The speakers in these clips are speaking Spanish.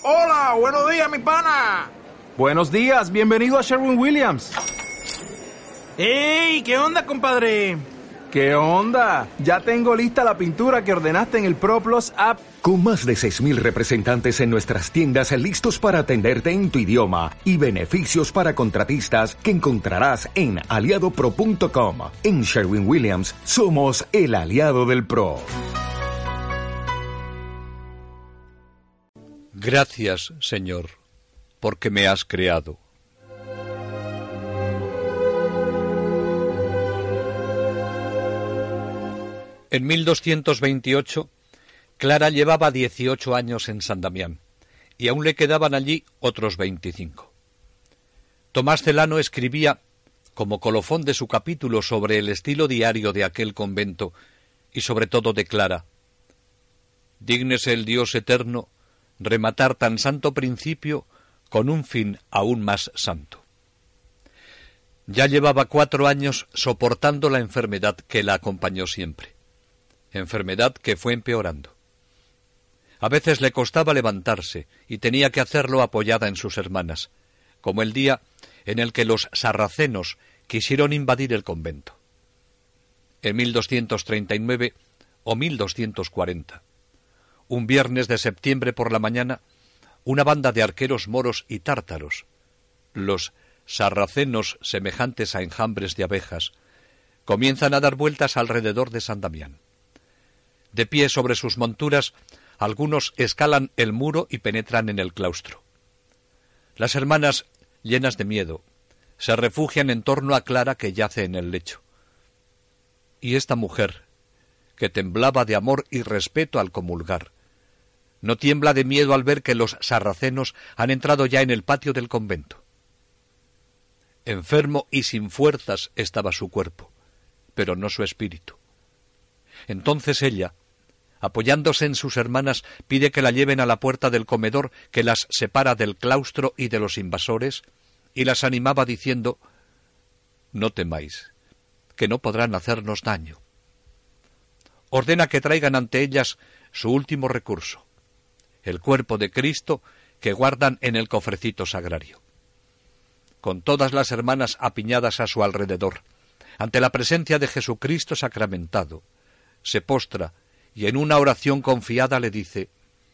Hola, buenos días, mi pana. Buenos días, bienvenido a Sherwin-Williams. ¡Ey! ¿Qué onda, compadre? ¿Qué onda? Ya tengo lista la pintura que ordenaste en el ProPlus app. Con más de 6,000 representantes en nuestras tiendas listos para atenderte en tu idioma y beneficios para contratistas que encontrarás en aliadopro.com. En Sherwin-Williams somos el aliado del pro. Gracias, Señor, porque me has creado. En 1228, Clara llevaba 18 años en San Damián, y aún le quedaban allí otros 25. Tomás Celano escribía, como colofón de su capítulo sobre el estilo diario de aquel convento, y sobre todo de Clara: dígnese el Dios eterno rematar tan santo principio con un fin aún más santo. Ya llevaba 4 años soportando la enfermedad que la acompañó siempre, enfermedad que fue empeorando. A veces le costaba levantarse y tenía que hacerlo apoyada en sus hermanas, como el día en el que los sarracenos quisieron invadir el convento. En 1239 o 1240, un viernes de septiembre por la mañana, una banda de arqueros moros y tártaros, los sarracenos semejantes a enjambres de abejas, comienzan a dar vueltas alrededor de San Damián. De pie sobre sus monturas, algunos escalan el muro y penetran en el claustro. Las hermanas, llenas de miedo, se refugian en torno a Clara, que yace en el lecho. Y esta mujer, que temblaba de amor y respeto al comulgar, no tiembla de miedo al ver que los sarracenos han entrado ya en el patio del convento. Enfermo y sin fuerzas estaba su cuerpo, pero no su espíritu. Entonces ella, apoyándose en sus hermanas, pide que la lleven a la puerta del comedor que las separa del claustro y de los invasores, y las animaba diciendo: no temáis, que no podrán hacernos daño. Ordena que traigan ante ellas su último recurso, el cuerpo de Cristo que guardan en el cofrecito sagrario. Con todas las hermanas apiñadas a su alrededor, ante la presencia de Jesucristo sacramentado, se postra y en una oración confiada le dice: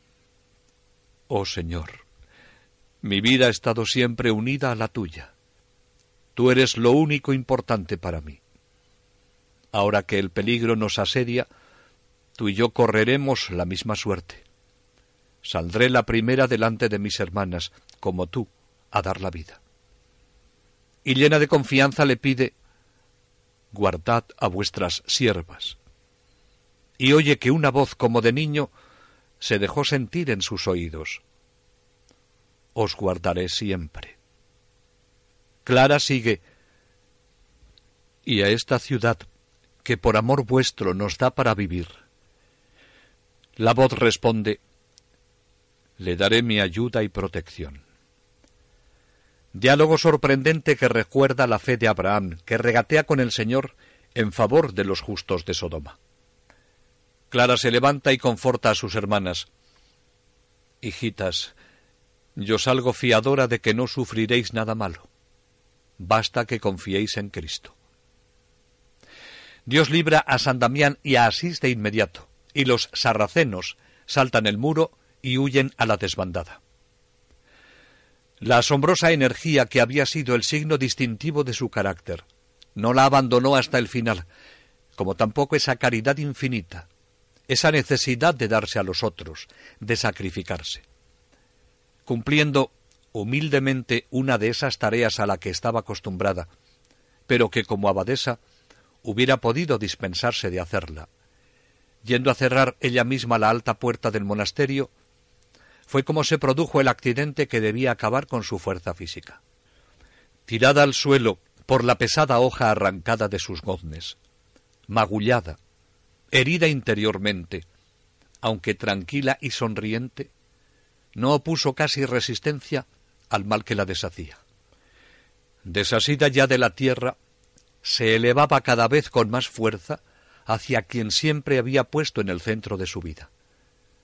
oh Señor, mi vida ha estado siempre unida a la tuya. Tú eres lo único importante para mí. Ahora que el peligro nos asedia, tú y yo correremos la misma suerte. Saldré la primera delante de mis hermanas, como tú, a dar la vida. Y llena de confianza le pide: guardad a vuestras siervas. Y oye que una voz como de niño se dejó sentir en sus oídos: os guardaré siempre. Clara sigue: y a esta ciudad que por amor vuestro nos da para vivir. La voz responde: le daré mi ayuda y protección. Diálogo sorprendente que recuerda la fe de Abraham, que regatea con el Señor en favor de los justos de Sodoma. Clara se levanta y conforta a sus hermanas: hijitas, yo salgo fiadora de que no sufriréis nada malo. Basta que confiéis en Cristo. Dios libra a San Damián y a Asís de inmediato, y los sarracenos saltan el muro y huyen a la desbandada. La asombrosa energía que había sido el signo distintivo de su carácter no la abandonó hasta el final, como tampoco esa caridad infinita, esa necesidad de darse a los otros, de sacrificarse. Cumpliendo humildemente una de esas tareas a la que estaba acostumbrada, pero que como abadesa hubiera podido dispensarse de hacerla, yendo a cerrar ella misma la alta puerta del monasterio, fue como se produjo el accidente que debía acabar con su fuerza física. Tirada al suelo por la pesada hoja arrancada de sus goznes, magullada, herida interiormente, aunque tranquila y sonriente, no opuso casi resistencia al mal que la deshacía. Desasida ya de la tierra, se elevaba cada vez con más fuerza hacia quien siempre había puesto en el centro de su vida.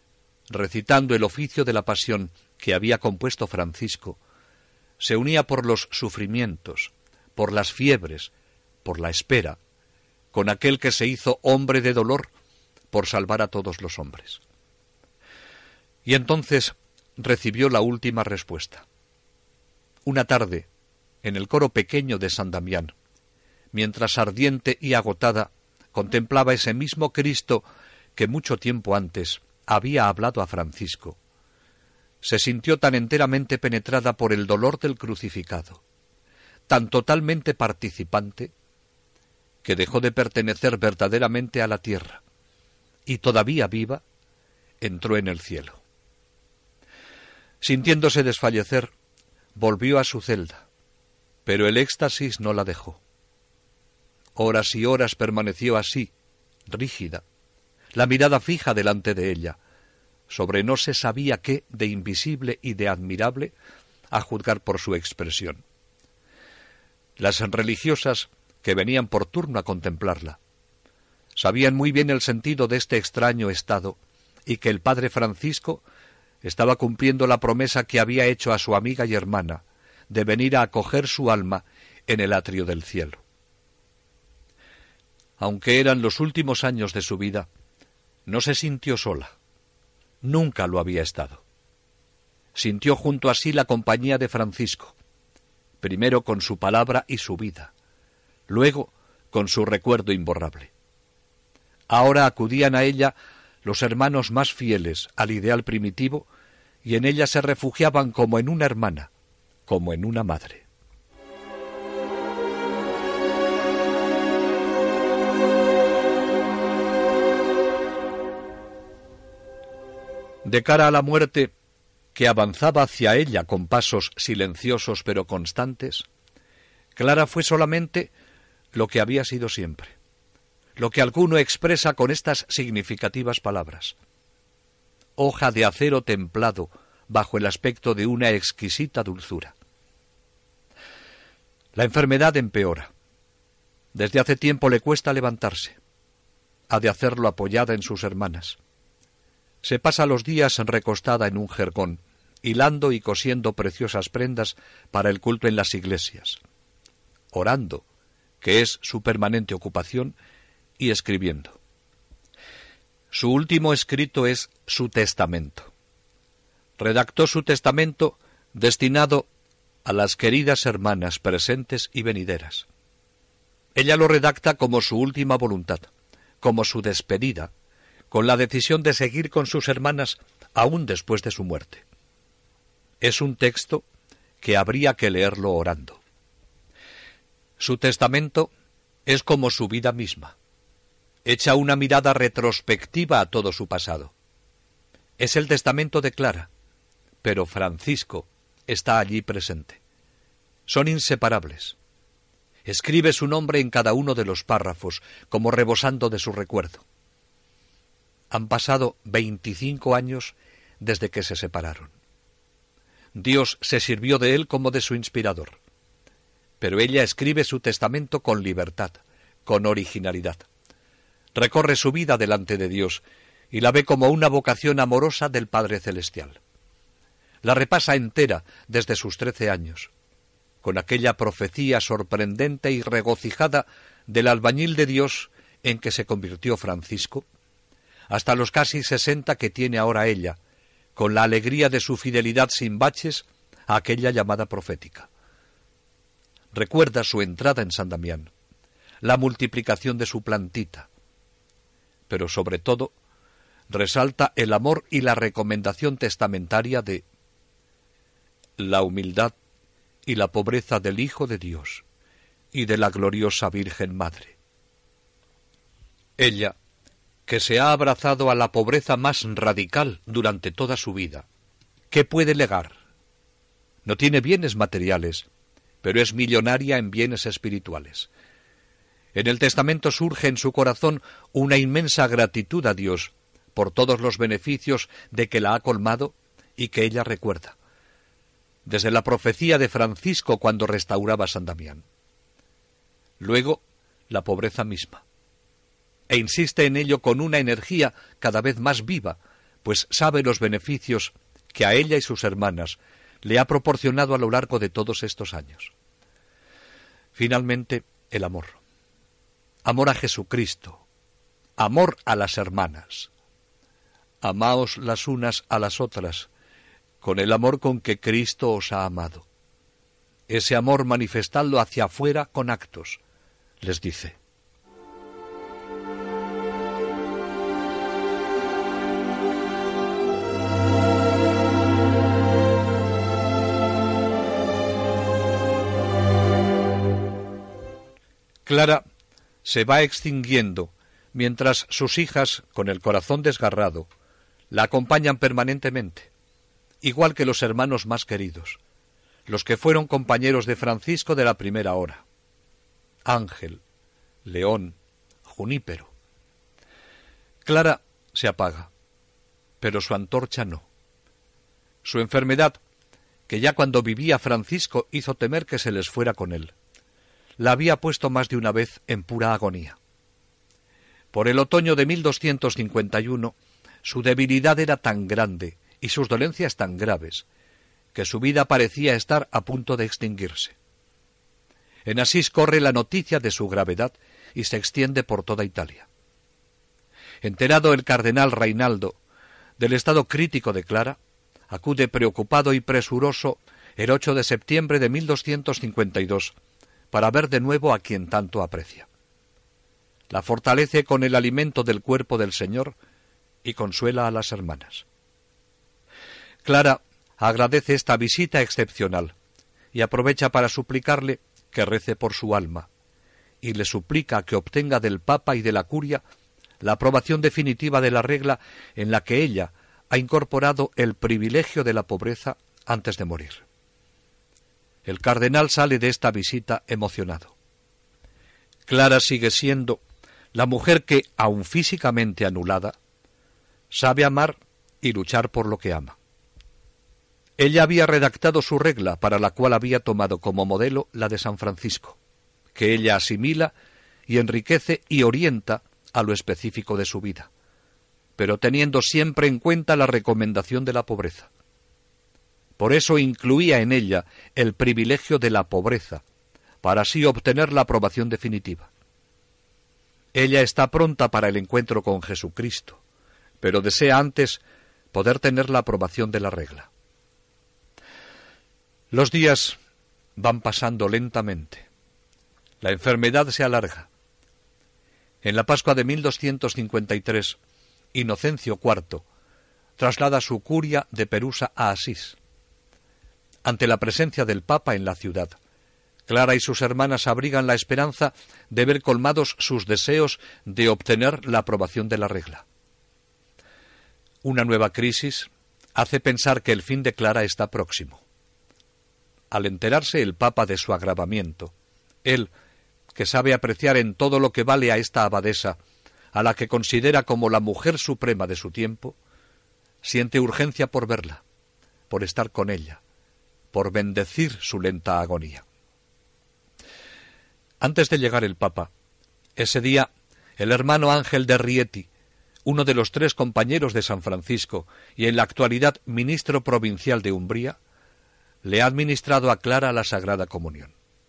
recitando el oficio de la pasión que había compuesto Francisco, se unía por los sufrimientos, por las fiebres, por la espera, con aquel que se hizo hombre de dolor por salvar a todos los hombres. Y entonces recibió la última respuesta. Una tarde, en el coro pequeño de San Damián, mientras ardiente y agotada contemplaba ese mismo Cristo que mucho tiempo antes había hablado a Francisco, se sintió tan enteramente penetrada por el dolor del crucificado, tan totalmente participante, que dejó de pertenecer verdaderamente a la tierra, y todavía viva, entró en el cielo. Sintiéndose desfallecer, volvió a su celda, pero el éxtasis no la dejó. Horas y horas permaneció así, rígida, la mirada fija delante de ella, sobre no se sabía qué de invisible y de admirable, a juzgar por su expresión. Las religiosas que venían por turno a contemplarla sabían muy bien el sentido de este extraño estado y que el padre Francisco estaba cumpliendo la promesa que había hecho a su amiga y hermana de venir a acoger su alma en el atrio del cielo. Aunque eran los últimos años de su vida, no se sintió sola. Nunca lo había estado. Sintió junto a sí la compañía de Francisco, primero con su palabra y su vida, luego con su recuerdo imborrable. Ahora acudían a ella los hermanos más fieles al ideal primitivo y en ella se refugiaban como en una hermana, como en una madre. De cara a la muerte, que avanzaba hacia ella con pasos silenciosos pero constantes, Clara fue solamente lo que había sido siempre, lo que alguno expresa con estas significativas palabras: hoja de acero templado bajo el aspecto de una exquisita dulzura. La enfermedad empeora. Desde hace tiempo le cuesta levantarse. Ha de hacerlo apoyada en sus hermanas. Se pasa los días recostada en un jergón, hilando y cosiendo preciosas prendas para el culto en las iglesias, orando, que es su permanente ocupación, y escribiendo. Su último escrito es su testamento. Redactó su testamento destinado a las queridas hermanas presentes y venideras. Ella lo redacta como su última voluntad, como su despedida, con la decisión de seguir con sus hermanas aún después de su muerte. Es un texto que habría que leerlo orando. Su testamento es como su vida misma. Echa una mirada retrospectiva a todo su pasado. Es el testamento de Clara, pero Francisco está allí presente. Son inseparables. Escribe su nombre en cada uno de los párrafos, como rebosando de su recuerdo. Han pasado 25 años desde que se separaron. Dios se sirvió de él como de su inspirador. Pero ella escribe su testamento con libertad, con originalidad. Recorre su vida delante de Dios y la ve como una vocación amorosa del Padre Celestial. La repasa entera desde sus 13 años, con aquella profecía sorprendente y regocijada del albañil de Dios en que se convirtió Francisco, hasta los casi 60 que tiene ahora ella, con la alegría de su fidelidad sin baches a aquella llamada profética. Recuerda su entrada en San Damián, la multiplicación de su plantita, pero sobre todo resalta el amor y la recomendación testamentaria de la humildad y la pobreza del Hijo de Dios y de la gloriosa Virgen Madre. Ella, que se ha abrazado a la pobreza más radical durante toda su vida, ¿qué puede legar? No tiene bienes materiales, pero es millonaria en bienes espirituales. En el testamento surge en su corazón una inmensa gratitud a Dios por todos los beneficios de que la ha colmado y que ella recuerda, desde la profecía de Francisco cuando restauraba San Damián. Luego, la pobreza misma. E insiste en ello con una energía cada vez más viva, pues sabe los beneficios que a ella y sus hermanas le ha proporcionado a lo largo de todos estos años. Finalmente, el amor. Amor a Jesucristo. Amor a las hermanas. Amaos las unas a las otras, con el amor con que Cristo os ha amado. Ese amor manifestadlo hacia afuera con actos, les dice. Clara se va extinguiendo, mientras sus hijas, con el corazón desgarrado, la acompañan permanentemente, igual que los hermanos más queridos, los que fueron compañeros de Francisco de la primera hora: Ángel, León, Junípero. Clara se apaga, pero su antorcha no. Su enfermedad, que ya cuando vivía Francisco hizo temer que se les fuera con él, la había puesto más de una vez en pura agonía. Por el otoño de 1251, su debilidad era tan grande y sus dolencias tan graves, que su vida parecía estar a punto de extinguirse. En Asís corre la noticia de su gravedad y se extiende por toda Italia. Enterado el cardenal Reinaldo del estado crítico de Clara, acude preocupado y presuroso el 8 de septiembre de 1252 para ver de nuevo a quien tanto aprecia. La fortalece con el alimento del cuerpo del Señor y consuela a las hermanas. Clara agradece esta visita excepcional y aprovecha para suplicarle que rece por su alma, y le suplica que obtenga del Papa y de la Curia la aprobación definitiva de la regla en la que ella ha incorporado el privilegio de la pobreza antes de morir. El cardenal sale de esta visita emocionado. Clara sigue siendo la mujer que, aun físicamente anulada, sabe amar y luchar por lo que ama. Ella había redactado su regla, para la cual había tomado como modelo la de San Francisco, que ella asimila y enriquece y orienta a lo específico de su vida, pero teniendo siempre en cuenta la recomendación de la pobreza. Por eso incluía en ella el privilegio de la pobreza, para así obtener la aprobación definitiva. Ella está pronta para el encuentro con Jesucristo, pero desea antes poder tener la aprobación de la regla. Los días van pasando lentamente. La enfermedad se alarga. En la Pascua de 1253, Inocencio IV traslada su curia de Perusa a Asís. Ante la presencia del Papa en la ciudad, Clara y sus hermanas abrigan la esperanza de ver colmados sus deseos de obtener la aprobación de la regla. Una nueva crisis hace pensar que el fin de Clara está próximo. Al enterarse el Papa de su agravamiento, él, que sabe apreciar en todo lo que vale a esta abadesa, a la que considera como la mujer suprema de su tiempo, siente urgencia por verla, por estar con ella, por bendecir su lenta agonía. Antes de llegar el Papa, ese día, el hermano Ángel de Rieti, uno de los 3 compañeros de San Francisco y en la actualidad ministro provincial de Umbría, le ha administrado a Clara la Sagrada Comunión.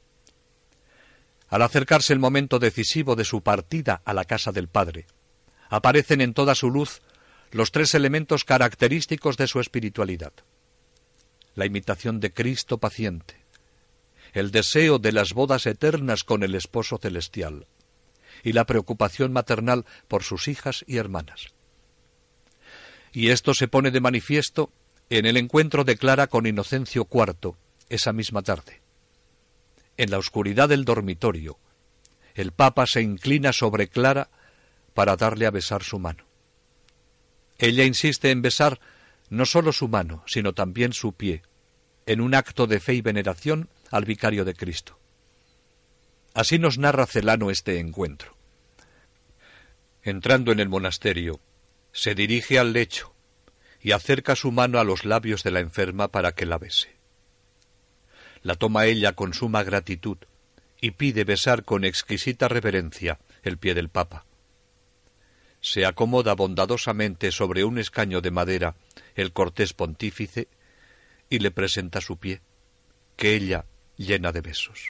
Al acercarse el momento decisivo de su partida a la casa del Padre, aparecen en toda su luz los 3 elementos característicos de su espiritualidad: la imitación de Cristo paciente, el deseo de las bodas eternas con el esposo celestial y la preocupación maternal por sus hijas y hermanas. Y esto se pone de manifiesto en el encuentro de Clara con Inocencio IV esa misma tarde. En la oscuridad del dormitorio, el Papa se inclina sobre Clara para darle a besar su mano. Ella insiste en besar no solo su mano, sino también su pie, en un acto de fe y veneración al vicario de Cristo. Así nos narra Celano este encuentro. Entrando en el monasterio, se dirige al lecho y acerca su mano a los labios de la enferma para que la bese. La toma ella con suma gratitud y pide besar con exquisita reverencia el pie del Papa. se acomoda bondadosamente sobre un escaño de madera el cortés pontífice y le presenta su pie, que ella llena de besos.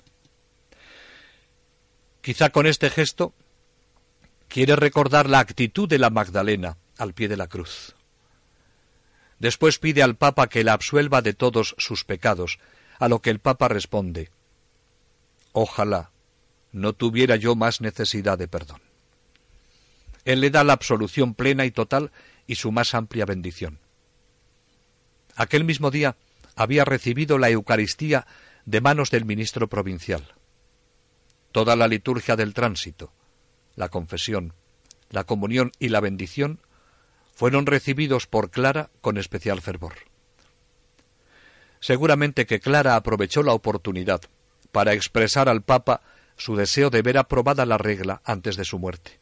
Quizá con este gesto quiere recordar la actitud de la Magdalena al pie de la cruz. Después pide al Papa que la absuelva de todos sus pecados, a lo que el Papa responde: ojalá no tuviera yo más necesidad de perdón. Él le da la absolución plena y total y su más amplia bendición. Aquel mismo día había recibido la Eucaristía de manos del ministro provincial. Toda la liturgia del tránsito, la confesión, la comunión y la bendición fueron recibidos por Clara con especial fervor. Seguramente que Clara aprovechó la oportunidad para expresar al Papa su deseo de ver aprobada la regla antes de su muerte.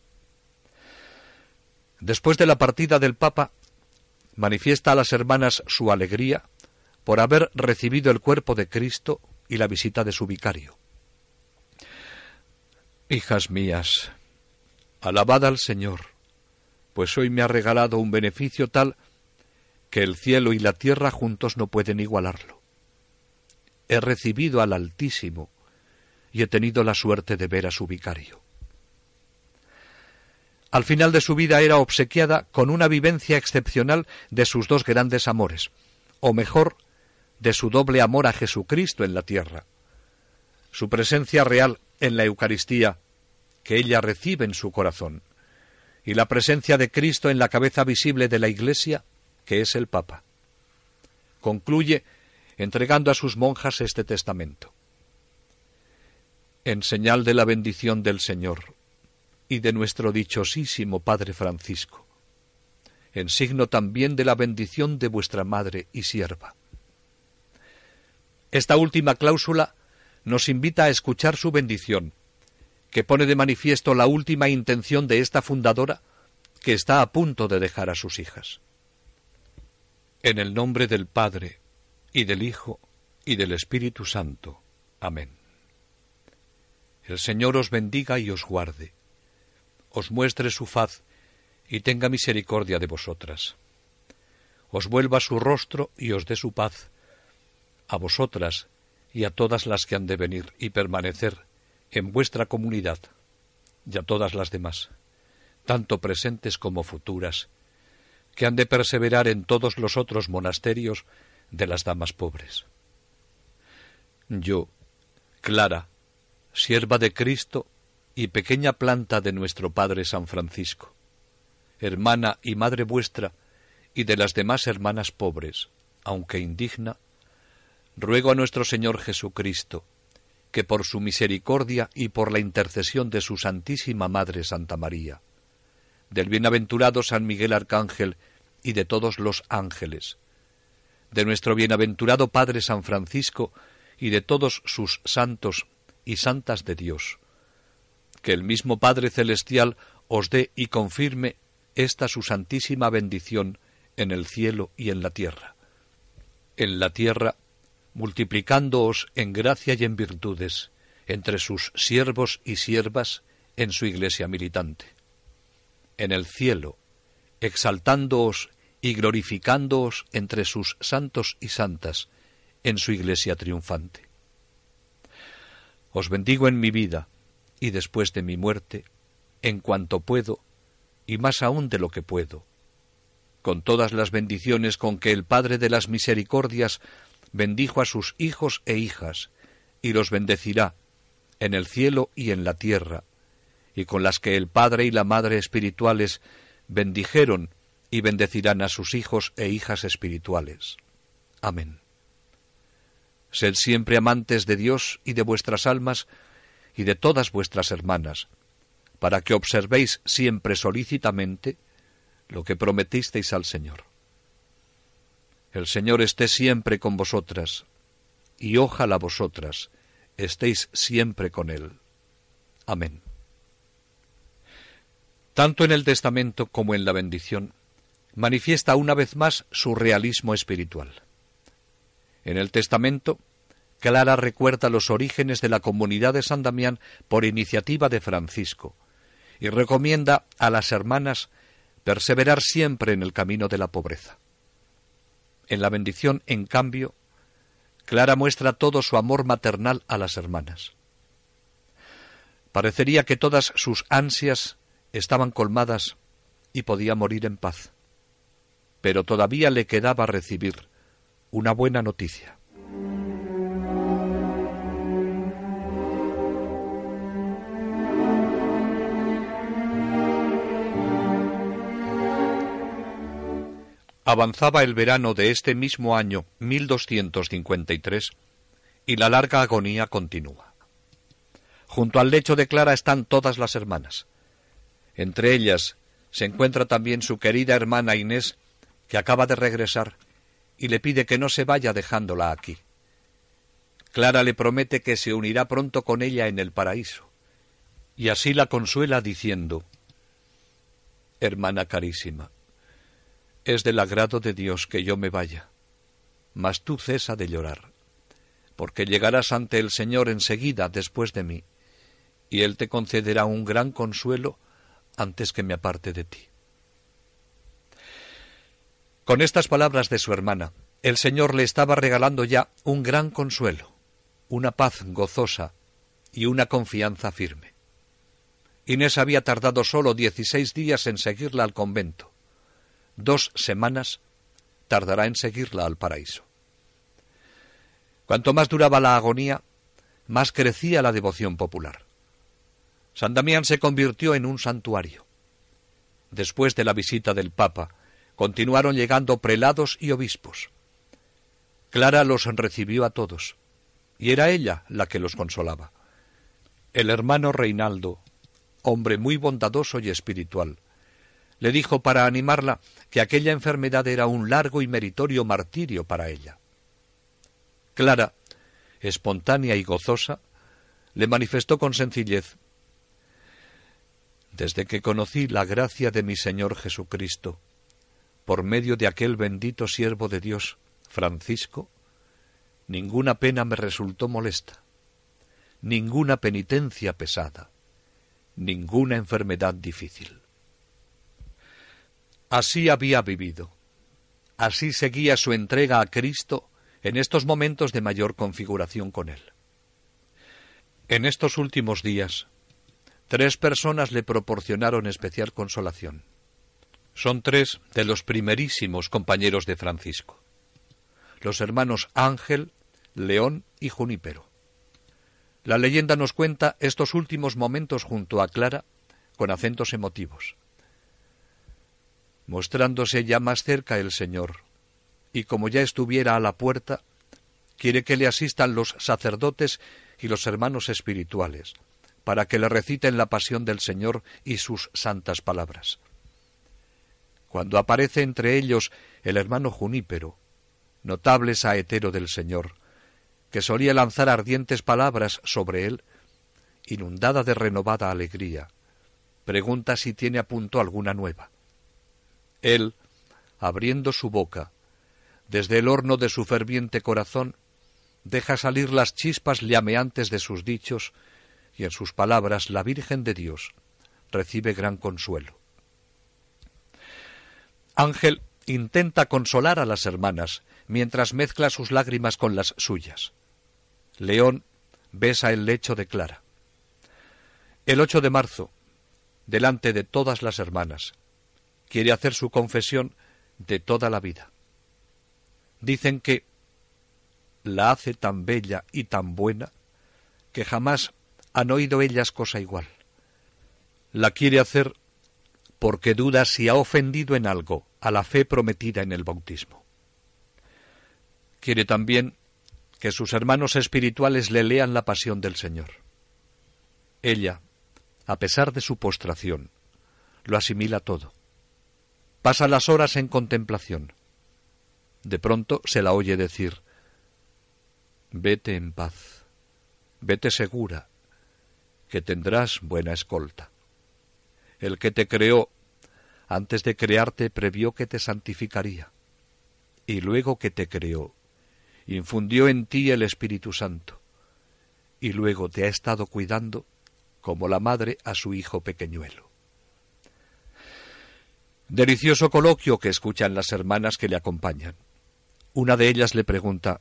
Después de la partida del Papa, manifiesta a las hermanas su alegría por haber recibido el cuerpo de Cristo y la visita de su vicario. Hijas mías, alabad al Señor, pues hoy me ha regalado un beneficio tal que el cielo y la tierra juntos no pueden igualarlo. He recibido al Altísimo y he tenido la suerte de ver a su vicario. Al final de su vida era obsequiada con una vivencia excepcional de sus dos grandes amores, o mejor, de su doble amor a Jesucristo en la tierra. Su presencia real en la Eucaristía, que ella recibe en su corazón, y la presencia de Cristo en la cabeza visible de la Iglesia, que es el Papa. Concluye entregando a sus monjas este testamento. En señal de la bendición del Señor y de nuestro dichosísimo Padre Francisco, en signo también de la bendición de vuestra madre y sierva. Esta última cláusula nos invita a escuchar su bendición, que pone de manifiesto la última intención de esta fundadora, que está a punto de dejar a sus hijas. En el nombre del Padre, y del Hijo, y del Espíritu Santo. Amén. El Señor os bendiga y os guarde, os muestre su faz y tenga misericordia de vosotras. Os vuelva su rostro y os dé su paz, a vosotras y a todas las que han de venir y permanecer en vuestra comunidad, y a todas las demás, tanto presentes como futuras, que han de perseverar en todos los otros monasterios de las damas pobres. Yo, Clara, sierva de Cristo y pequeña planta de nuestro Padre San Francisco, hermana y madre vuestra y de las demás hermanas pobres, aunque indigna, ruego a nuestro Señor Jesucristo, que por su misericordia y por la intercesión de su Santísima Madre Santa María, del bienaventurado San Miguel Arcángel y de todos los ángeles, de nuestro bienaventurado Padre San Francisco y de todos sus santos y santas de Dios, que el mismo Padre Celestial os dé y confirme esta su santísima bendición en el cielo y en la tierra. En la tierra, multiplicándoos en gracia y en virtudes entre sus siervos y siervas en su iglesia militante. En el cielo, exaltándoos y glorificándoos entre sus santos y santas en su iglesia triunfante. Os bendigo en mi vida y después de mi muerte, en cuanto puedo, y más aún de lo que puedo, con todas las bendiciones con que el Padre de las misericordias bendijo a sus hijos e hijas, y los bendecirá en el cielo y en la tierra, y con las que el Padre y la Madre espirituales bendijeron y bendecirán a sus hijos e hijas espirituales. Amén. Sed siempre amantes de Dios y de vuestras almas y de todas vuestras hermanas, para que observéis siempre solícitamente lo que prometisteis al Señor. El Señor esté siempre con vosotras, y ojalá vosotras estéis siempre con Él. Amén. Tanto en el testamento como en la bendición, manifiesta una vez más su realismo espiritual. En el testamento, Clara recuerda los orígenes de la comunidad de San Damián por iniciativa de Francisco, y recomienda a las hermanas perseverar siempre en el camino de la pobreza. En la bendición, en cambio, Clara muestra todo su amor maternal a las hermanas. Parecería que todas sus ansias estaban colmadas y podía morir en paz, pero todavía le quedaba recibir una buena noticia. Avanzaba el verano de este mismo año 1253 y la larga agonía continúa. Junto al lecho de Clara están todas las hermanas. Entre ellas se encuentra también su querida hermana Inés, que acaba de regresar y le pide que no se vaya dejándola aquí. Clara le promete que se unirá pronto con ella en el paraíso, y así la consuela diciendo: «Hermana carísima, es del agrado de Dios que yo me vaya, mas tú cesa de llorar, porque llegarás ante el Señor enseguida después de mí, y Él te concederá un gran consuelo antes que me aparte de ti». Con estas palabras de su hermana, el Señor le estaba regalando ya un gran consuelo, una paz gozosa y una confianza firme. Inés había tardado solo 16 días en seguirla al convento. 2 semanas tardará en seguirla al paraíso. Cuanto más duraba la agonía, más crecía la devoción popular. San Damián se convirtió en un santuario. Después de la visita del Papa, continuaron llegando prelados y obispos. Clara los recibió a todos, y era ella la que los consolaba. El hermano Reinaldo, hombre muy bondadoso y espiritual, le dijo para animarla que aquella enfermedad era un largo y meritorio martirio para ella. Clara, espontánea y gozosa, le manifestó con sencillez: «Desde que conocí la gracia de mi Señor Jesucristo, por medio de aquel bendito siervo de Dios, Francisco, ninguna pena me resultó molesta, ninguna penitencia pesada, ninguna enfermedad difícil». Así había vivido, así seguía su entrega a Cristo en estos momentos de mayor configuración con Él. En estos últimos días, 3 personas le proporcionaron especial consolación. Son 3 de los primerísimos compañeros de Francisco, los hermanos Ángel, León y Junípero. La leyenda nos cuenta estos últimos momentos junto a Clara con acentos emotivos. Mostrándose ya más cerca el Señor, y como ya estuviera a la puerta, quiere que le asistan los sacerdotes y los hermanos espirituales, para que le reciten la pasión del Señor y sus santas palabras. Cuando aparece entre ellos el hermano Junípero, notable saetero del Señor, que solía lanzar ardientes palabras sobre él, inundada de renovada alegría, pregunta si tiene a punto alguna nueva. Él, abriendo su boca, desde el horno de su ferviente corazón, deja salir las chispas llameantes de sus dichos, y en sus palabras la Virgen de Dios recibe gran consuelo. Ángel intenta consolar a las hermanas, mientras mezcla sus lágrimas con las suyas. León besa el lecho de Clara. El 8 de marzo, delante de todas las hermanas, quiere hacer su confesión de toda la vida. Dicen que la hace tan bella y tan buena que jamás han oído ellas cosa igual. La quiere hacer porque duda si ha ofendido en algo a la fe prometida en el bautismo. Quiere también que sus hermanos espirituales le lean la pasión del Señor. Ella, a pesar de su postración, lo asimila todo. Pasa las horas en contemplación. De pronto se la oye decir: «Vete en paz, vete segura, que tendrás buena escolta. El que te creó, antes de crearte previó que te santificaría, y luego que te creó, infundió en ti el Espíritu Santo, y luego te ha estado cuidando como la madre a su hijo pequeñuelo». Delicioso coloquio que escuchan las hermanas que le acompañan. Una de ellas le pregunta: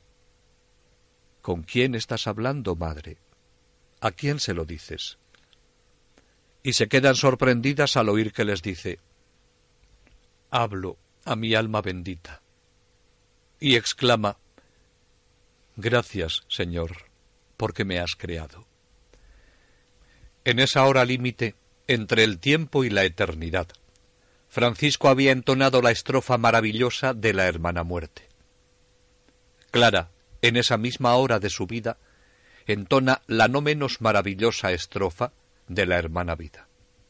¿con quién estás hablando, madre? ¿A quién se lo dices? Y se quedan sorprendidas al oír que les dice: hablo a mi alma bendita. Y exclama: gracias, Señor, porque me has creado. En esa hora límite entre el tiempo y la eternidad, Francisco había entonado la estrofa maravillosa de la hermana muerte. Clara, en esa misma hora de su vida, entona la no menos maravillosa estrofa de la hermana vida.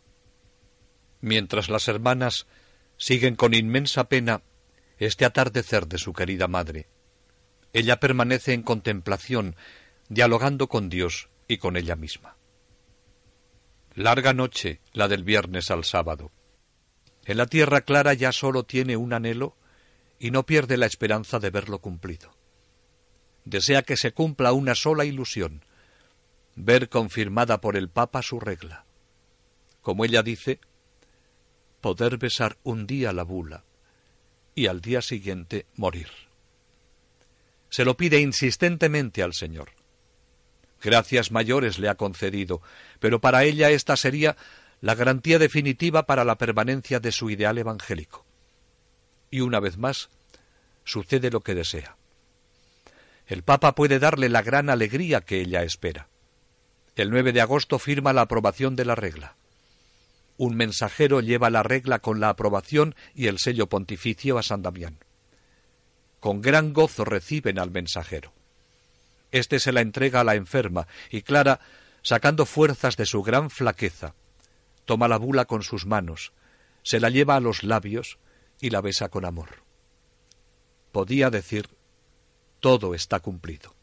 Mientras las hermanas siguen con inmensa pena este atardecer de su querida madre, ella permanece en contemplación, dialogando con Dios y con ella misma. Larga noche, la del viernes al sábado. En la tierra Clara ya solo tiene un anhelo y no pierde la esperanza de verlo cumplido. Desea que se cumpla una sola ilusión: ver confirmada por el Papa su regla. Como ella dice, poder besar un día la bula y al día siguiente morir. Se lo pide insistentemente al Señor. Gracias mayores le ha concedido, pero para ella esta sería la garantía definitiva para la permanencia de su ideal evangélico. Y una vez más, sucede lo que desea. El Papa puede darle la gran alegría que ella espera. El 9 de agosto firma la aprobación de la regla. Un mensajero lleva la regla con la aprobación y el sello pontificio a San Damián. Con gran gozo reciben al mensajero. Este se la entrega a la enferma y Clara, sacando fuerzas de su gran flaqueza, toma la bula con sus manos, se la lleva a los labios y la besa con amor. Podía decir: todo está cumplido.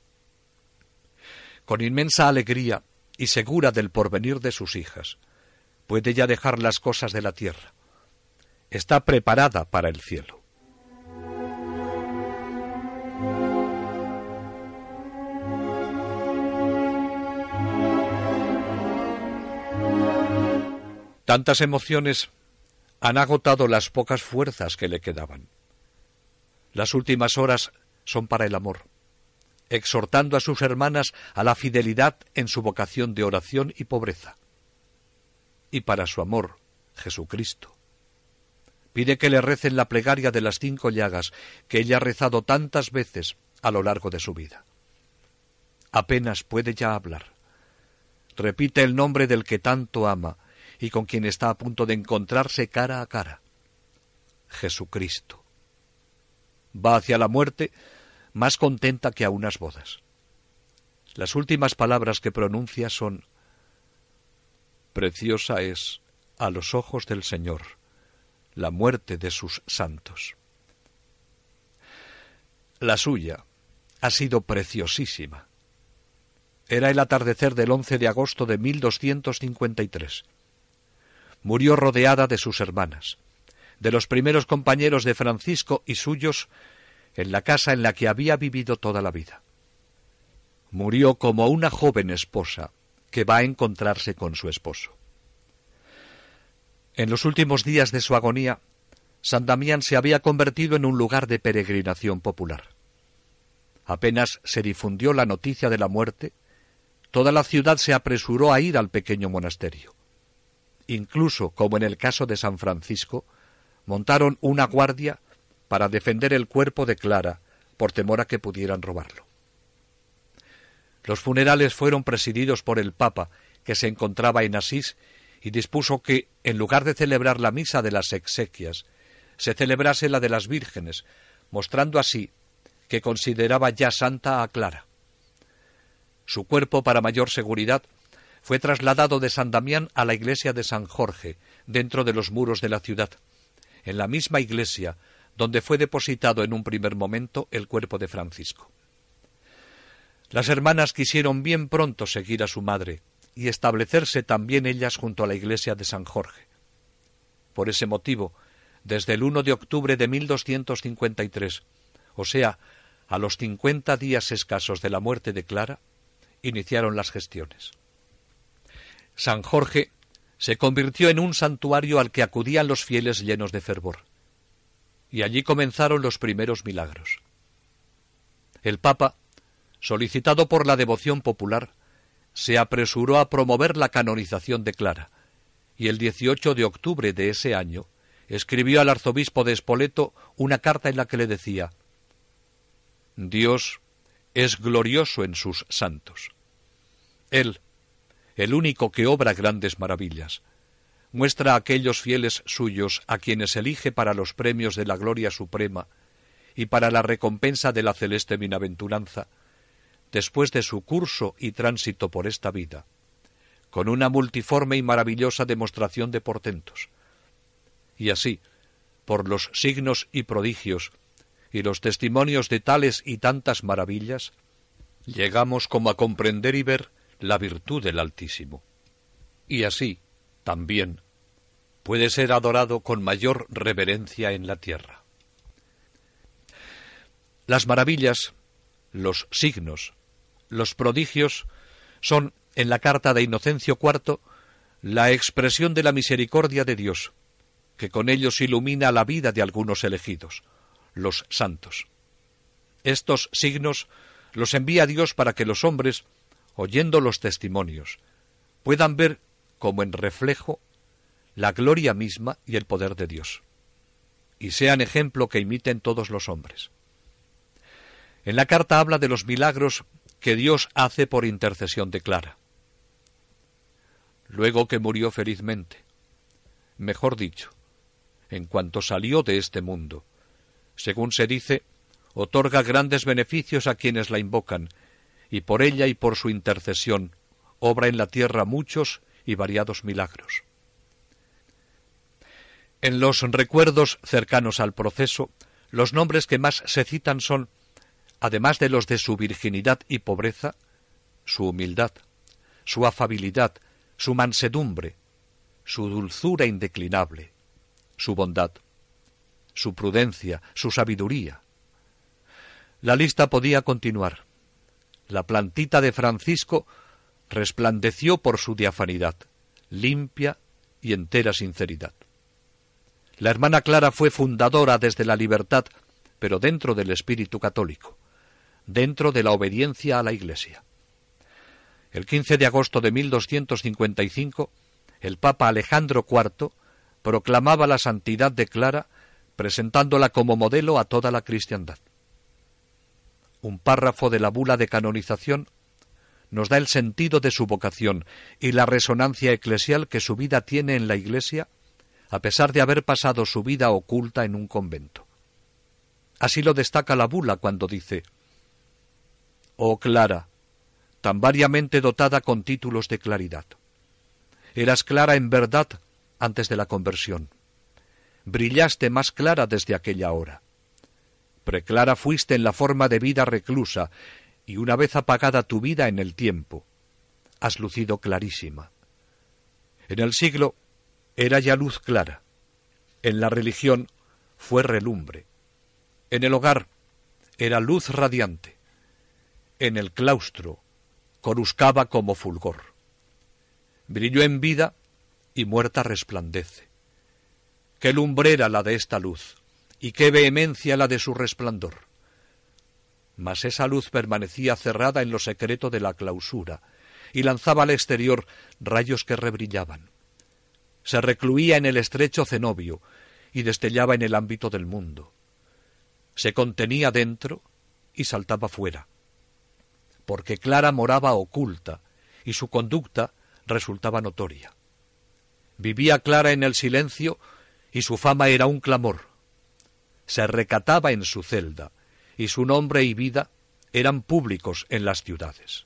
Con inmensa alegría y segura del porvenir de sus hijas, puede ya dejar las cosas de la tierra. Está preparada para el cielo. Tantas emociones han agotado las pocas fuerzas que le quedaban. Las últimas horas son para el amor, exhortando a sus hermanas a la fidelidad en su vocación de oración y pobreza. Y para su amor, Jesucristo. Pide que le recen la plegaria de las 5 llagas que ella ha rezado tantas veces a lo largo de su vida. Apenas puede ya hablar. Repite el nombre del que tanto ama y con quien está a punto de encontrarse cara a cara: Jesucristo. Va hacia la muerte más contenta que a unas bodas. Las últimas palabras que pronuncia son: preciosa es a los ojos del Señor la muerte de sus santos. La suya ha sido preciosísima. Era el atardecer del 11 de agosto de 1253. Murió rodeada de sus hermanas, de los primeros compañeros de Francisco y suyos, en la casa en la que había vivido toda la vida. Murió como una joven esposa que va a encontrarse con su esposo. En los últimos días de su agonía, San Damián se había convertido en un lugar de peregrinación popular. Apenas se difundió la noticia de la muerte, toda la ciudad se apresuró a ir al pequeño monasterio. Incluso, como en el caso de San Francisco, montaron una guardia para defender el cuerpo de Clara, por temor a que pudieran robarlo. Los funerales fueron presididos por el Papa, que se encontraba en Asís, y dispuso que, en lugar de celebrar la misa de las exequias, se celebrase la de las vírgenes, mostrando así que consideraba ya santa a Clara. Su cuerpo, para mayor seguridad, fue trasladado de San Damián a la iglesia de San Jorge, dentro de los muros de la ciudad, en la misma iglesia donde fue depositado en un primer momento el cuerpo de Francisco. Las hermanas quisieron bien pronto seguir a su madre y establecerse también ellas junto a la iglesia de San Jorge. Por ese motivo, desde el 1 de octubre de 1253, o sea, a los 50 días escasos de la muerte de Clara, iniciaron las gestiones. San Jorge se convirtió en un santuario al que acudían los fieles llenos de fervor. Y allí comenzaron los primeros milagros. El Papa, solicitado por la devoción popular, se apresuró a promover la canonización de Clara, y el 18 de octubre de ese año escribió al arzobispo de Spoleto una carta en la que le decía: Dios es glorioso en sus santos. Él, el único que obra grandes maravillas, muestra a aquellos fieles suyos a quienes elige para los premios de la gloria suprema y para la recompensa de la celeste bienaventuranza, después de su curso y tránsito por esta vida, con una multiforme y maravillosa demostración de portentos. Y así, por los signos y prodigios y los testimonios de tales y tantas maravillas, llegamos como a comprender y ver la virtud del Altísimo. Y así, también, puede ser adorado con mayor reverencia en la tierra. Las maravillas, los signos, los prodigios son, en la carta de Inocencio IV, la expresión de la misericordia de Dios, que con ellos ilumina la vida de algunos elegidos, los santos. Estos signos los envía Dios para que los hombres, oyendo los testimonios, puedan ver como en reflejo la gloria misma y el poder de Dios, y sean ejemplo que imiten todos los hombres. En la carta habla de los milagros que Dios hace por intercesión de Clara. Luego que murió felizmente, mejor dicho, en cuanto salió de este mundo, según se dice, otorga grandes beneficios a quienes la invocan, y por ella y por su intercesión obra en la tierra muchos y variados milagros. En los recuerdos cercanos al proceso, los nombres que más se citan son, además de los de su virginidad y pobreza, su humildad, su afabilidad, su mansedumbre, su dulzura indeclinable, su bondad, su prudencia, su sabiduría. La lista podía continuar. La plantita de Francisco resplandeció por su diafanidad, limpia y entera sinceridad. La hermana Clara fue fundadora desde la libertad, pero dentro del espíritu católico, dentro de la obediencia a la Iglesia. El 15 de agosto de 1255, el Papa Alejandro IV proclamaba la santidad de Clara, presentándola como modelo a toda la cristiandad. Un párrafo de la bula de canonización nos da el sentido de su vocación y la resonancia eclesial que su vida tiene en la Iglesia, a pesar de haber pasado su vida oculta en un convento. Así lo destaca la bula cuando dice: «Oh Clara, tan variamente dotada con títulos de claridad. Eras clara en verdad antes de la conversión. Brillaste más clara desde aquella hora. Preclara fuiste en la forma de vida reclusa, y una vez apagada tu vida en el tiempo, has lucido clarísima. En el siglo era ya luz clara, en la religión fue relumbre, en el hogar era luz radiante, en el claustro coruscaba como fulgor. Brilló en vida y muerta resplandece. Qué lumbrera la de esta luz, y qué vehemencia la de su resplandor. Mas esa luz permanecía cerrada en lo secreto de la clausura, y lanzaba al exterior rayos que rebrillaban. Se recluía en el estrecho cenobio, y destellaba en el ámbito del mundo. Se contenía dentro y saltaba fuera, porque Clara moraba oculta, y su conducta resultaba notoria. Vivía Clara en el silencio, y su fama era un clamor. Se recataba en su celda, y su nombre y vida eran públicos en las ciudades.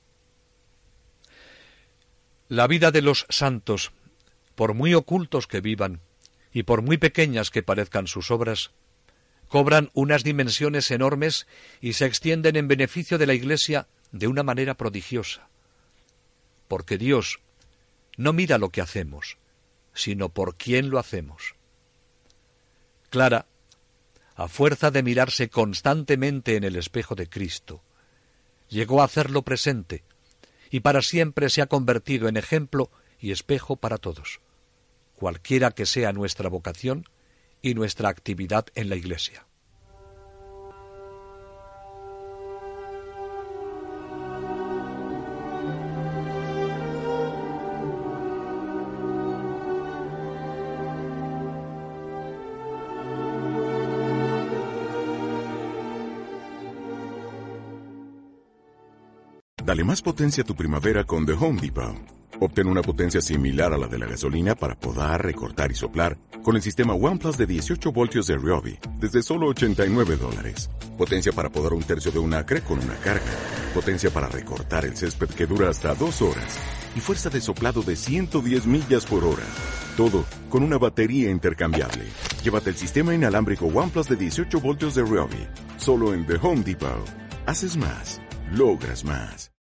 La vida de los santos, por muy ocultos que vivan, y por muy pequeñas que parezcan sus obras, cobran unas dimensiones enormes y se extienden en beneficio de la Iglesia de una manera prodigiosa. Porque Dios no mira lo que hacemos, sino por quién lo hacemos. Clara, a fuerza de mirarse constantemente en el espejo de Cristo, llegó a hacerlo presente, y para siempre se ha convertido en ejemplo y espejo para todos. cualquiera que sea nuestra vocación y nuestra actividad en la Iglesia. Dale más potencia a tu primavera con The Home Depot. Obtén una potencia similar a la de la gasolina para podar, recortar y soplar con el sistema OnePlus de 18 voltios de Ryobi desde solo $89. Potencia para podar 1/3 de un acre con una carga. Potencia para recortar el césped que dura hasta 2 horas. Y fuerza de soplado de 110 millas por hora. Todo con una batería intercambiable. Llévate el sistema inalámbrico OnePlus de 18 voltios de Ryobi. Solo en The Home Depot. Haces más. Logras más.